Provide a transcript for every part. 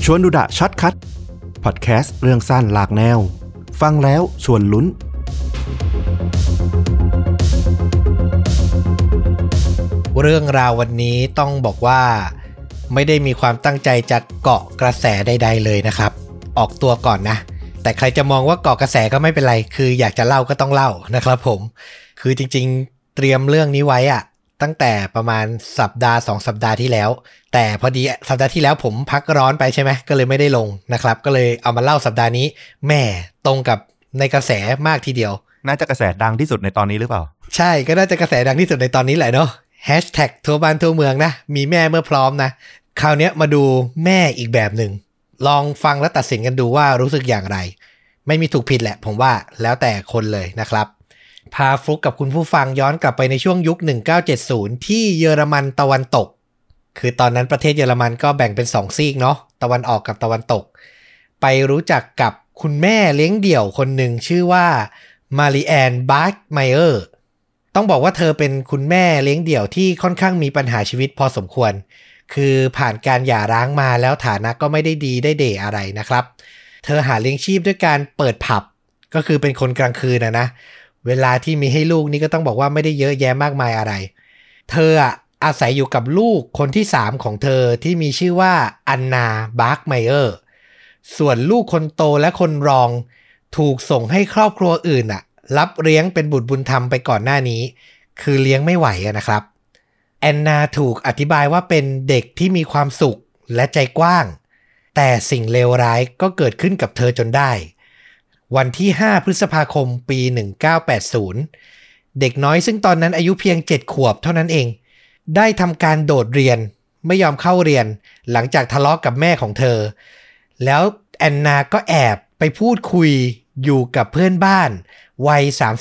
ชวนดูดะช็อตคัทพอดแคสต์เรื่องสั้นหลากแนวฟังแล้วชวนลุ้นเรื่องราววันนี้ต้องบอกว่าไม่ได้มีความตั้งใจจะเกาะกระแสใดๆเลยนะครับออกตัวก่อนนะแต่ใครจะมองว่าเกาะกระแสก็ไม่เป็นไรคืออยากจะเล่าก็ต้องเล่านะครับผมคือจริงๆเตรียมเรื่องนี้ไว้อะตั้งแต่ประมาณสัปดาห์2สัปดาห์ที่แล้วแต่พอดีสัปดาห์ที่แล้วผมพักร้อนไปใช่ไหมก็เลยไม่ได้ลงนะครับก็เลยเอามาเล่าสัปดาห์นี้แม่ตรงกับในกระแสมากทีเดียวน่าจะกระแสดังที่สุดในตอนนี้หรือเปล่าใช่ก็น่าจะกระแสดังที่สุดในตอนนี้แหละเนาะ#ทั่วบ้านทั่วเมืองนะมีแม่เมื่อพร้อมนะคราวนี้มาดูแม่อีกแบบหนึ่งลองฟังและตัดสินกันดูว่ารู้สึกอย่างไรไม่มีถูกผิดแหละผมว่าแล้วแต่คนเลยนะครับพาฟลุกกับคุณผู้ฟังย้อนกลับไปในช่วงยุค1970ที่เยอรมันตะวันตกคือตอนนั้นประเทศเยอรมันก็แบ่งเป็น2ซีกเนาะตะวันออกกับตะวันตกไปรู้จักกับคุณแม่เลี้ยงเดี่ยวคนหนึ่งชื่อว่ามารีแอนบาร์กไมเออร์ต้องบอกว่าเธอเป็นคุณแม่เลี้ยงเดี่ยวที่ค่อนข้างมีปัญหาชีวิตพอสมควรคือผ่านการหย่าร้างมาแล้วฐานะก็ไม่ได้ดีได้เด่อะไรนะครับเธอหาเลี้ยงชีพด้วยการเปิดผับก็คือเป็นคนกลางคืนนะเวลาที่มีให้ลูกนี่ก็ต้องบอกว่าไม่ได้เยอะแยะมากมายอะไรเธออาศัยอยู่กับลูกคนที่3ของเธอที่มีชื่อว่าอันนาบาร์กไมเออร์ส่วนลูกคนโตและคนรองถูกส่งให้ครอบครัวอื่นรับเลี้ยงเป็นบุตรบุญธรรมไปก่อนหน้านี้คือเลี้ยงไม่ไหวนะครับแอนนาถูกอธิบายว่าเป็นเด็กที่มีความสุขและใจกว้างแต่สิ่งเลวร้ายก็เกิดขึ้นกับเธอจนได้วันที่5พฤษภาคมปี1980เด็กน้อยซึ่งตอนนั้นอายุเพียง7ขวบเท่านั้นเองได้ทำการโดดเรียนไม่ยอมเข้าเรียนหลังจากทะเลาะกับแม่ของเธอแล้วแอนนาก็แอบไปพูดคุยอยู่กับเพื่อนบ้านวัย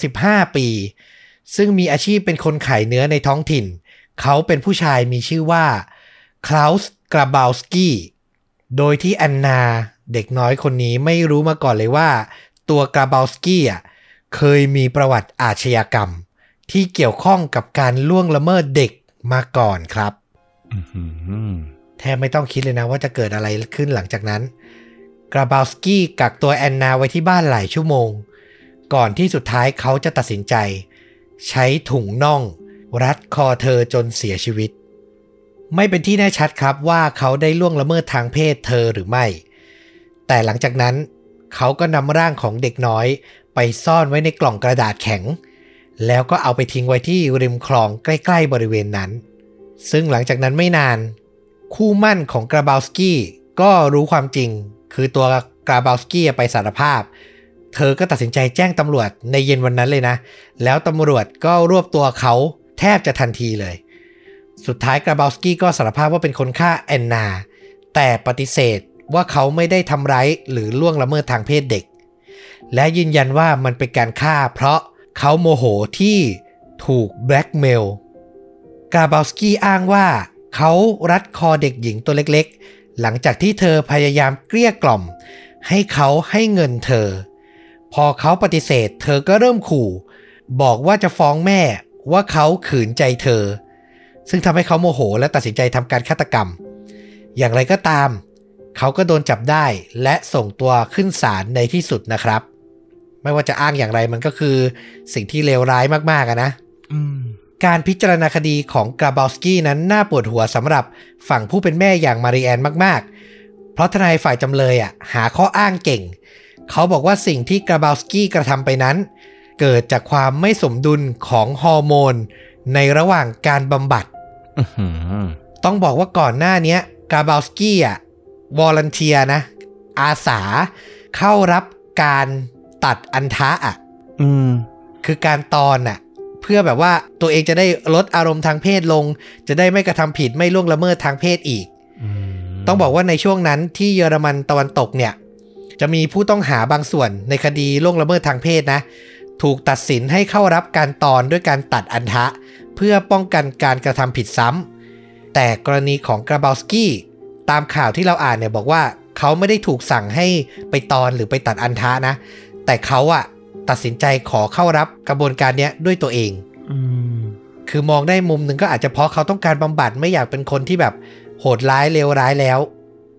35ปีซึ่งมีอาชีพเป็นคนขายเนื้อในท้องถิ่นเขาเป็นผู้ชายมีชื่อว่าคลาวส์กราบาวสกี้โดยที่แอนนาเด็กน้อยคนนี้ไม่รู้มาก่อนเลยว่าตัวกราบาวสกี้เคยมีประวัติอาชญากรรมที่เกี่ยวข้องกับการล่วงละเมิดเด็กมาก่อนครับแทบไม่ต้องคิดเลยนะว่าจะเกิดอะไรขึ้นหลังจากนั้นกราบาวสกี้กักตัวแอนนาไว้ที่บ้านหลายชั่วโมงก่อนที่สุดท้ายเขาจะตัดสินใจใช้ถุงน่องรัดคอเธอจนเสียชีวิตไม่เป็นที่แน่ชัดครับว่าเขาได้ล่วงละเมิดทางเพศเธอหรือไม่แต่หลังจากนั้นเขาก็นำร่างของเด็กน้อยไปซ่อนไว้ในกล่องกระดาษแข็งแล้วก็เอาไปทิ้งไว้ที่ริมคลองใกล้ๆบริเวณนั้นซึ่งหลังจากนั้นไม่นานคู่หมั่นของกราบาวสกี้ก็รู้ความจริงคือตัวกราบาวสกี้ไปสารภาพเธอก็ตัดสินใจแจ้งตำรวจในเย็นวันนั้นเลยนะแล้วตำรวจก็รวบตัวเขาแทบจะทันทีเลยสุดท้ายกราบาวสกี้ก็สารภาพว่าเป็นคนฆ่าแอนนาแต่ปฏิเสธว่าเขาไม่ได้ทำร้ายหรือล่วงละเมิดทางเพศเด็กและยืนยันว่ามันเป็นการฆ่าเพราะเขาโมโหที่ถูกแบล็กเมลกราบาวสกี้อ้างว่าเขารัดคอเด็กหญิงตัวเล็กๆหลังจากที่เธอพยายามเกลี้ยกล่อมให้เขาให้เงินเธอพอเขาปฏิเสธเธอก็เริ่มขู่บอกว่าจะฟ้องแม่ว่าเขาขืนใจเธอซึ่งทำให้เขาโมโหและตัดสินใจทำการฆาตกรรมอย่างไรก็ตามเขาก็โดนจับได้และส่งตัวขึ้นศาลในที่สุดนะครับไม่ว่าจะอ้างอย่างไรมันก็คือสิ่งที่เลวร้ายมากๆนะการพิจารณาคดีของกราบาวสกี้นั้นน่าปวดหัวสำหรับฝั่งผู้เป็นแม่อย่างมารีแอนมากๆเพราะทนายฝ่ายจำเลยหาข้ออ้างเก่งเขาบอกว่าสิ่งที่กราบาวสกี้กระทำไปนั้นเกิดจากความไม่สมดุลของฮอร์โมนในระหว่างการบำบัดต้องบอกว่าก่อนหน้านี้กราบาวสกี้วอลันเทียนะอาสาเข้ารับการตัดอัณฑะคือการตอนเพื่อแบบว่าตัวเองจะได้ลดอารมณ์ทางเพศลงจะได้ไม่กระทำผิดไม่ล่วงละเมิดทางเพศอีกต้องบอกว่าในช่วงนั้นที่เยอรมันตะวันตกเนี่ยจะมีผู้ต้องหาบางส่วนในคดีล่วงละเมิดทางเพศนะถูกตัดสินให้เข้ารับการตอนด้วยการตัดอัณฑะเพื่อป้องกันการกระทำผิดซ้ำแต่กรณีของกราบาวสกี้ตามข่าวที่เราอ่านเนี่ยบอกว่าเขาไม่ได้ถูกสั่งให้ไปตอนหรือไปตัดอัณฑะนะแต่เขาตัดสินใจขอเข้ารับกระบวนการนี้ด้วยตัวเองคือมองได้มุมหนึ่งก็อาจจะเพราะเขาต้องการบำบัดไม่อยากเป็นคนที่แบบโหดร้ายเลวร้ายแล้ว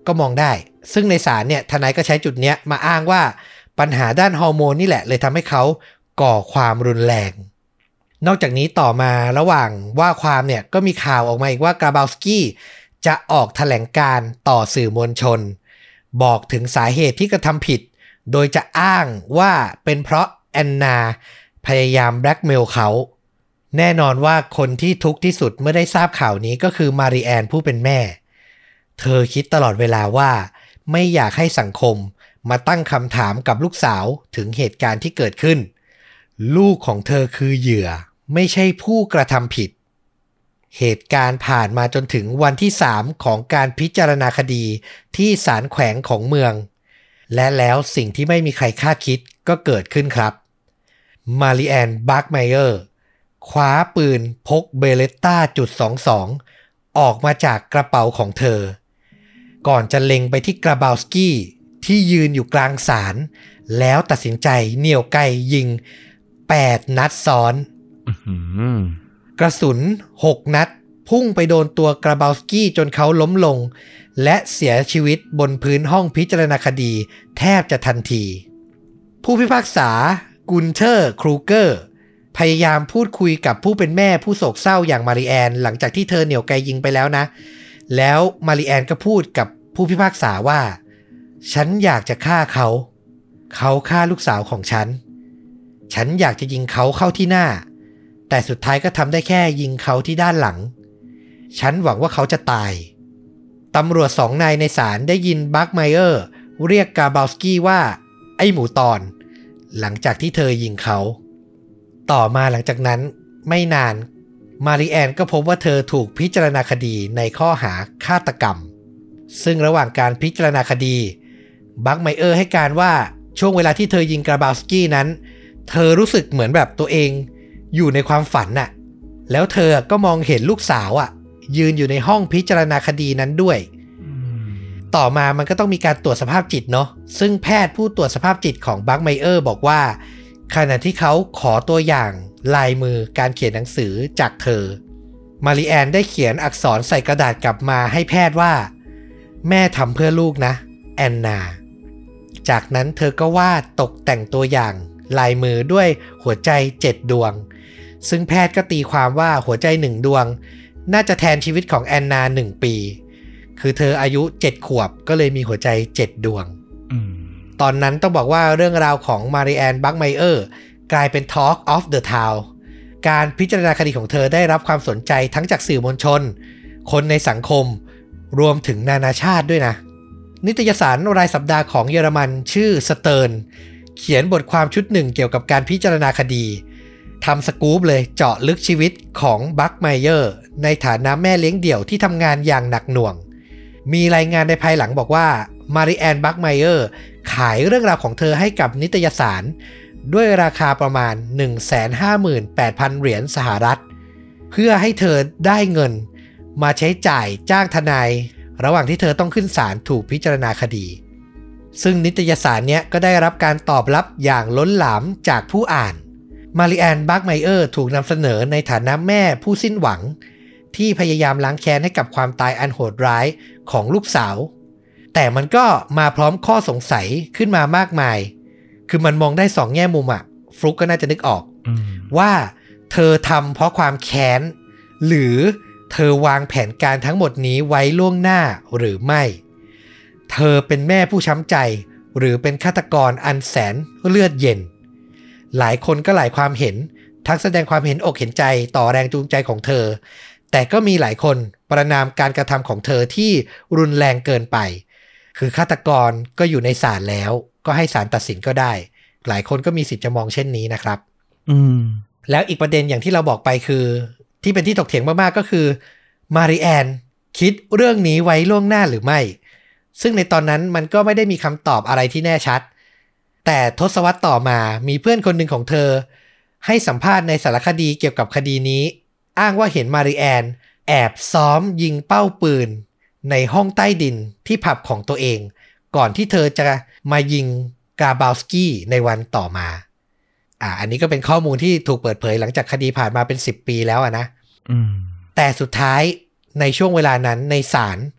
ก็มองได้ซึ่งในศาลเนี่ยทนายก็ใช้จุดเนี้ยมาอ้างว่าปัญหาด้านฮอร์โมนนี่แหละเลยทำให้เขาก่อความรุนแรงนอกจากนี้ต่อมาระหว่างว่าความเนี่ยก็มีข่าวออกมาอีกว่ากราบาวสกี้จะออกแถลงการณ์ต่อสื่อมวลชนบอกถึงสาเหตุที่กระทำผิดโดยจะอ้างว่าเป็นเพราะแอนนาพยายามแบล็กเมลเขาแน่นอนว่าคนที่ทุกข์ที่สุดเมื่อได้ทราบข่าวนี้ก็คือมารีแอนผู้เป็นแม่เธอคิดตลอดเวลาว่าไม่อยากให้สังคมมาตั้งคำถามกับลูกสาวถึงเหตุการณ์ที่เกิดขึ้นลูกของเธอคือเหยื่อไม่ใช่ผู้กระทำผิดเหตุการณ์ผ่านมาจนถึงวันที่3ของการพิจารณาคดีที่ศาลแขวงของเมืองและแล้วสิ่งที่ไม่มีใครคาดคิดก็เกิดขึ้นครับมารีแอนบัคไมเออร์คว้าปืนพกเบเลตต้า.22ออกมาจากกระเป๋าของเธอก่อนจะเล็งไปที่กราบาวสกี้ที่ยืนอยู่กลางศาลแล้วตัดสินใจเหนี่ยวไกยิง8นัดซ้อนกระสุน6นัดพุ่งไปโดนตัวกราบาวสกี้จนเขาล้มลงและเสียชีวิตบนพื้นห้องพิจารณาคดีแทบจะทันทีผู้พิพากษากุนเทอร์ครูเกอร์พยายามพูดคุยกับผู้เป็นแม่ผู้โศกเศร้าอย่างมารีแอนหลังจากที่เธอเหนี่ยวไกยิงไปแล้วนะแล้วมารีแอนก็พูดกับผู้พิพากษาว่าฉันอยากจะฆ่าเขาฆ่าลูกสาวของฉันอยากจะยิงเขาเข้าที่หน้าแต่สุดท้ายก็ทำได้แค่ยิงเขาที่ด้านหลังฉันหวังว่าเขาจะตายตำรวจ2 นายในศาลได้ยินบัคไมเออร์เรียกกาบาวสกี้ว่าไอ้หมูตอนหลังจากที่เธอยิงเขาต่อมาหลังจากนั้นไม่นานมารีแอนก็พบว่าเธอถูกพิจารณาคดีในข้อหาฆาตกรรมซึ่งระหว่างการพิจารณาคดีบัคไมเออร์ให้การว่าช่วงเวลาที่เธอยิงกาบาวสกี้นั้นเธอรู้สึกเหมือนแบบตัวเองอยู่ในความฝันน่ะแล้วเธอก็มองเห็นลูกสาวยืนอยู่ในห้องพิจารณาคดีนั้นด้วยต่อมามันก็ต้องมีการตรวจสภาพจิตเนาะซึ่งแพทย์ผู้ตรวจสภาพจิตของบัคไมเออร์บอกว่าขณะที่เขาขอตัวอย่างลายมือการเขียนหนังสือจากเธอมารีแอนได้เขียนอักษรใส่กระดาษกลับมาให้แพทย์ว่าแม่ทำเพื่อลูกนะแอนนาจากนั้นเธอก็วาดตกแต่งตัวอย่างลายมือด้วยหัวใจ7 ดวงซึ่งแพทย์ก็ตีความว่าหัวใจ1 ดวงน่าจะแทนชีวิตของแอนนา1 ปีคือเธออายุ7 ขวบก็เลยมีหัวใจ7 ดวงตอนนั้นต้องบอกว่าเรื่องราวของมารีแอนบัคไมเออร์กลายเป็น Talk of the Town การพิจารณาคดีของเธอได้รับความสนใจทั้งจากสื่อมวลชนคนในสังคมรวมถึงนานาชาติด้วยนะนิตยสารรายสัปดาห์ของเยอรมันชื่อสเติร์นเขียนบทความชุดหนึ่งเกี่ยวกับการพิจารณาคดีทำสกู๊ปเลยเจาะลึกชีวิตของบัคไมเออร์ในฐานะแม่เลี้ยงเดี่ยวที่ทำงานอย่างหนักหน่วงมีรายงานในภายหลังบอกว่ามารีแอนบัคไมเออร์ขายเรื่องราวของเธอให้กับนิตยสารด้วยราคาประมาณ 158,000 เหรียญสหรัฐเพื่อให้เธอได้เงินมาใช้จ่ายจ้างทนายระหว่างที่เธอต้องขึ้นศาลถูกพิจารณาคดีซึ่งนิตยสารเนี้ยก็ได้รับการตอบรับอย่างล้นหลามจากผู้อ่านมารีแอนบัคไมเออร์ถูกนำเสนอในฐานะแม่ผู้สิ้นหวังที่พยายามล้างแค้นให้กับความตายอันโหดร้ายของลูกสาวแต่มันก็มาพร้อมข้อสงสัยขึ้นมามากมายคือมันมองได้2 แง่มุมฟลุกก็น่าจะนึกออกว่าเธอทำเพราะความแค้นหรือเธอวางแผนการทั้งหมดนี้ไว้ล่วงหน้าหรือไม่เธอเป็นแม่ผู้ช้ำใจหรือเป็นฆาตกรอันแสนเลือดเย็นหลายคนก็หลายความเห็นทั้งแสดงความเห็นอกเห็นใจต่อแรงจูงใจของเธอแต่ก็มีหลายคนประณามการกระทำของเธอที่รุนแรงเกินไปคือฆาตกรก็อยู่ในศาลแล้วก็ให้ศาลตัดสินก็ได้หลายคนก็มีสิทธิ์จะมองเช่นนี้นะครับแล้วอีกประเด็นอย่างที่เราบอกไปคือที่เป็นที่ถกเถียงมากๆก็คือมารีแอนคิดเรื่องนี้ไว้ล่วงหน้าหรือไม่ซึ่งในตอนนั้นมันก็ไม่ได้มีคำตอบอะไรที่แน่ชัดแต่ทศวรรษต่อมามีเพื่อนคนหนึ่งของเธอให้สัมภาษณ์ในสารคดีเกี่ยวกับคดีนี้อ้างว่าเห็นมารีแอนแอบซ้อมยิงเป้าปืนในห้องใต้ดินที่ผับของตัวเองก่อนที่เธอจะมายิงกาบาวสกี้ในวันต่อมาอันนี้ก็เป็นข้อมูลที่ถูกเปิดเผยหลังจากคดีผ่านมาเป็น10 ปีแล้วนะแต่สุดท้ายในช่วงเวลานั้นในศาล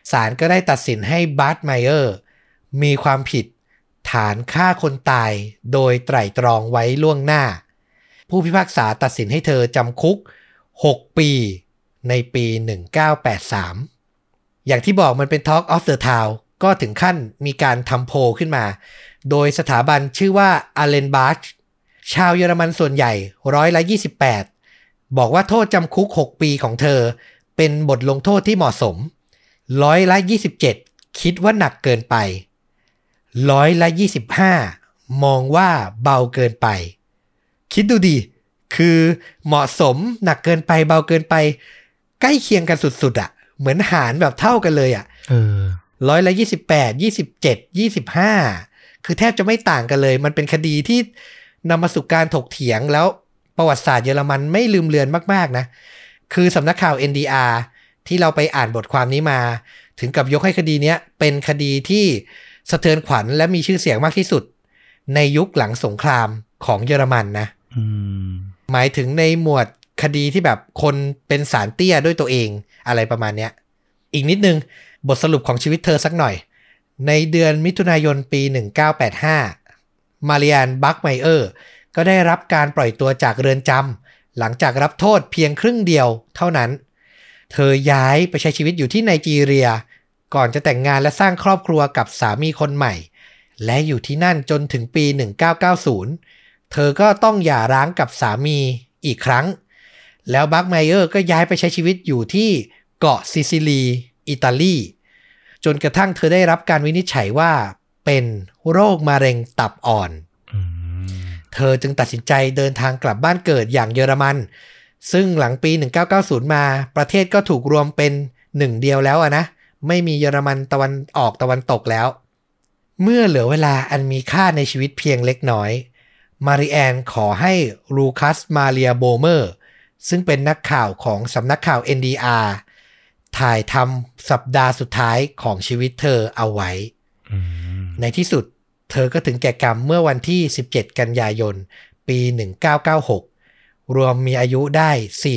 ศาลก็ได้ตัดสินให้บาร์ตไมเออร์มีความผิดฐานฆ่าคนตายโดยไตร่ตรองไว้ล่วงหน้าผู้พิพากษาตัดสินให้เธอจำคุก6 ปีในปี 1983 อย่างที่บอกมันเป็น Talk of the Town ก็ถึงขั้นมีการทำโพลขึ้นมาโดยสถาบันชื่อว่า Allenbach ชาวเยอรมันส่วนใหญ่28%บอกว่าโทษจำคุก6 ปีของเธอเป็นบทลงโทษที่เหมาะสม27%คิดว่าหนักเกินไป25%มองว่าเบาเกินไปคิดดูดิคือเหมาะสมหนักเกินไปเบาเกินไปใกล้เคียงกันสุดๆอ่ะเหมือนหารแบบเท่ากันเลยอ่ะ28%27%25%คือแทบจะไม่ต่างกันเลยมันเป็นคดีที่นำมาสู่การถกเถียงแล้วประวัติศาสตร์เยอรมันไม่ลืมเลือนมากๆนะคือสำนักข่าว NDR ที่เราไปอ่านบทความนี้มาถึงกับยกให้คดีนี้เป็นคดีที่สะเทือนขวัญและมีชื่อเสียงมากที่สุดในยุคหลังสงครามของเยอรมันนะหมายถึงในหมวดคดีที่แบบคนเป็นศาลเตี้ยด้วยตัวเองอะไรประมาณเนี้ยอีกนิดนึงบทสรุปของชีวิตเธอสักหน่อยในเดือนมิถุนายนปี 1985 มาริแอน บัคไมเออร์ก็ได้รับการปล่อยตัวจากเรือนจำหลังจากรับโทษเพียงครึ่งเดียวเท่านั้นเธอย้ายไปใช้ชีวิตอยู่ที่ไนจีเรียก่อนจะแต่งงานและสร้างครอบครัวกับสามีคนใหม่และอยู่ที่นั่นจนถึงปี 1990 เธอก็ต้องหย่าร้างกับสามีอีกครั้งแล้วบัคไมเออร์ก็ย้ายไปใช้ชีวิตอยู่ที่เกาะซิซิลีอิตาลีจนกระทั่งเธอได้รับการวินิจฉัยว่าเป็นโรคมะเร็งตับอ่อนเธอจึงตัดสินใจเดินทางกลับบ้านเกิดอย่างเยอรมันซึ่งหลังปี 1990 มาประเทศก็ถูกรวมเป็นหนึ่งเดียวแล้วนะไม่มีเยอรมันตะวันออกตะวันตกแล้วเมื่อเหลือเวลาอันมีค่าในชีวิตเพียงเล็กน้อยมาริแอนขอให้ลูคัสมาเรียโบเมอร์ซึ่งเป็นนักข่าวของสำนักข่าว NDR ถ่ายทำสัปดาห์สุดท้ายของชีวิตเธอเอาไว้ในที่สุดเธอก็ถึงแก่กรรมเมื่อวันที่17 กันยายนปี 1996รวมมีอายุได้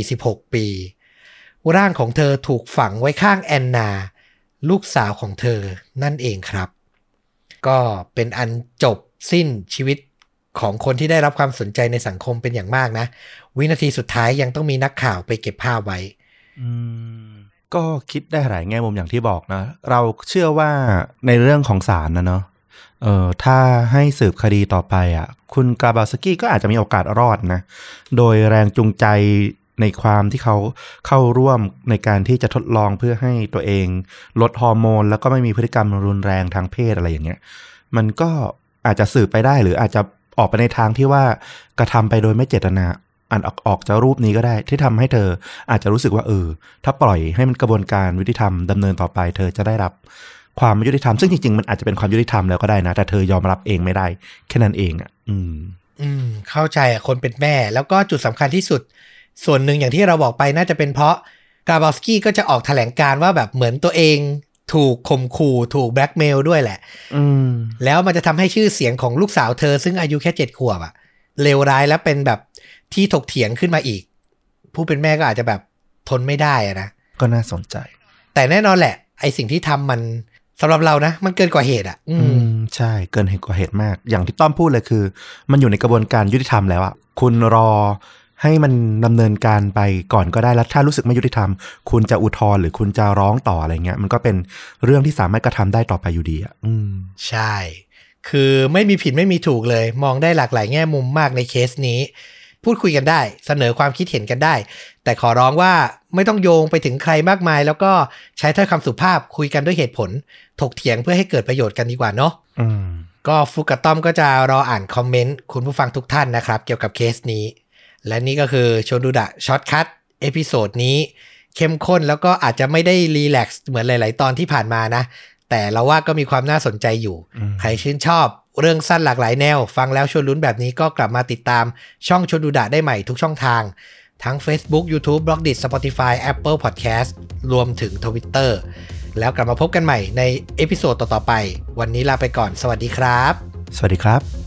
46 ปีร่างของเธอถูกฝังไว้ข้างแอนนาลูกสาวของเธอนั่นเองครับก็เป็นอันจบสิ้นชีวิตของคนที่ได้รับความสนใจในสังคมเป็นอย่างมากนะวินาทีสุดท้ายยังต้องมีนักข่าวไปเก็บภาพไว้ก็คิดได้หลายแง่มุมอย่างที่บอกนะเราเชื่อว่าในเรื่องของศาลนะเนาะถ้าให้สืบคดีต่อไปอ่ะคุณกราบาสกี้ก็อาจจะมีโอกาสรอดนะโดยแรงจูงใจในความที่เขาเข้าร่วมในการที่จะทดลองเพื่อให้ตัวเองลดฮอร์โมนแล้วก็ไม่มีพฤติกรรมรุนแรงทางเพศอะไรอย่างเงี้ยมันก็อาจจะสืบไปได้หรืออาจจะออกไปในทางที่ว่ากระทำไปโดยไม่เจตนาอ่านออกจากรูปนี้ก็ได้ที่ทำให้เธออาจจะรู้สึกว่าถ้าปล่อยให้มันกระบวนการยุติธรรมดำเนินต่อไปเธอจะได้รับความยุติธรรมซึ่งจริงๆมันอาจจะเป็นความยุติธรรมแล้วก็ได้นะแต่เธอยอมรับเองไม่ได้แค่นั้นเองอ่ะเข้าใจคนเป็นแม่แล้วก็จุดสำคัญที่สุดส่วนหนึ่งอย่างที่เราบอกไปน่าจะเป็นเพราะกราบาสกี้ก็จะออกแถลงการว่าแบบเหมือนตัวเองถูกข่มขู่ถูกแบล็กเมลด้วยแหละแล้วมันจะทำให้ชื่อเสียงของลูกสาวเธอซึ่งอายุแค่7 ขวบอะเลวร้ายและเป็นแบบที่ถกเถียงขึ้นมาอีกผู้เป็นแม่ก็อาจจะแบบทนไม่ได้นะก็น่าสนใจแต่แน่นอนแหละไอสิ่งที่ทำมันสำหรับเรานะมันเกินกว่าเหตุอ่ะใช่เกินกว่าเหตุมากอย่างที่ต้อมพูดเลยคือมันอยู่ในกระบวนการยุติธรรมแล้วอ่ะคุณรอให้มันดำเนินการไปก่อนก็ได้แล้วถ้ารู้สึกไม่ยุติธรรมคุณจะอุทธรณ์หรือคุณจะร้องต่ออะไรเงี้ยมันก็เป็นเรื่องที่สามารถกระทำได้ต่อไปอยู่ดีอ่ะใช่คือไม่มีผิดไม่มีถูกเลยมองได้หลากหลายแง่มุมมากในเคสนี้พูดคุยกันได้เสนอความคิดเห็นกันได้แต่ขอร้องว่าไม่ต้องโยงไปถึงใครมากมายแล้วก็ใช้ถ้อยคำสุภาพคุยกันด้วยเหตุผลถกเถียงเพื่อให้เกิดประโยชน์กันดีกว่าเนาะก็ฟุกกับต้อมก็จะรออ่านคอมเมนต์คุณผู้ฟังทุกท่านนะครับเกี่ยวกับเคสนี้และนี่ก็คือชวนดูดะช็อตคัทเอพิโซดนี้เข้มข้นแล้วก็อาจจะไม่ได้รีแลกซ์เหมือนหลายๆตอนที่ผ่านมานะแต่เราว่าก็มีความน่าสนใจอยู่ใครชื่นชอบเรื่องสั้นหลากหลายแนวฟังแล้วชวนลุ้นแบบนี้ก็กลับมาติดตามช่องชวนดูดะได้ใหม่ทุกช่องทางทั้ง Facebook YouTube Blogdit Spotify Apple Podcast รวมถึง Twitter แล้วกลับมาพบกันใหม่ในเอพิโซดต่อๆไปวันนี้ลาไปก่อนสวัสดีครับสวัสดีครับ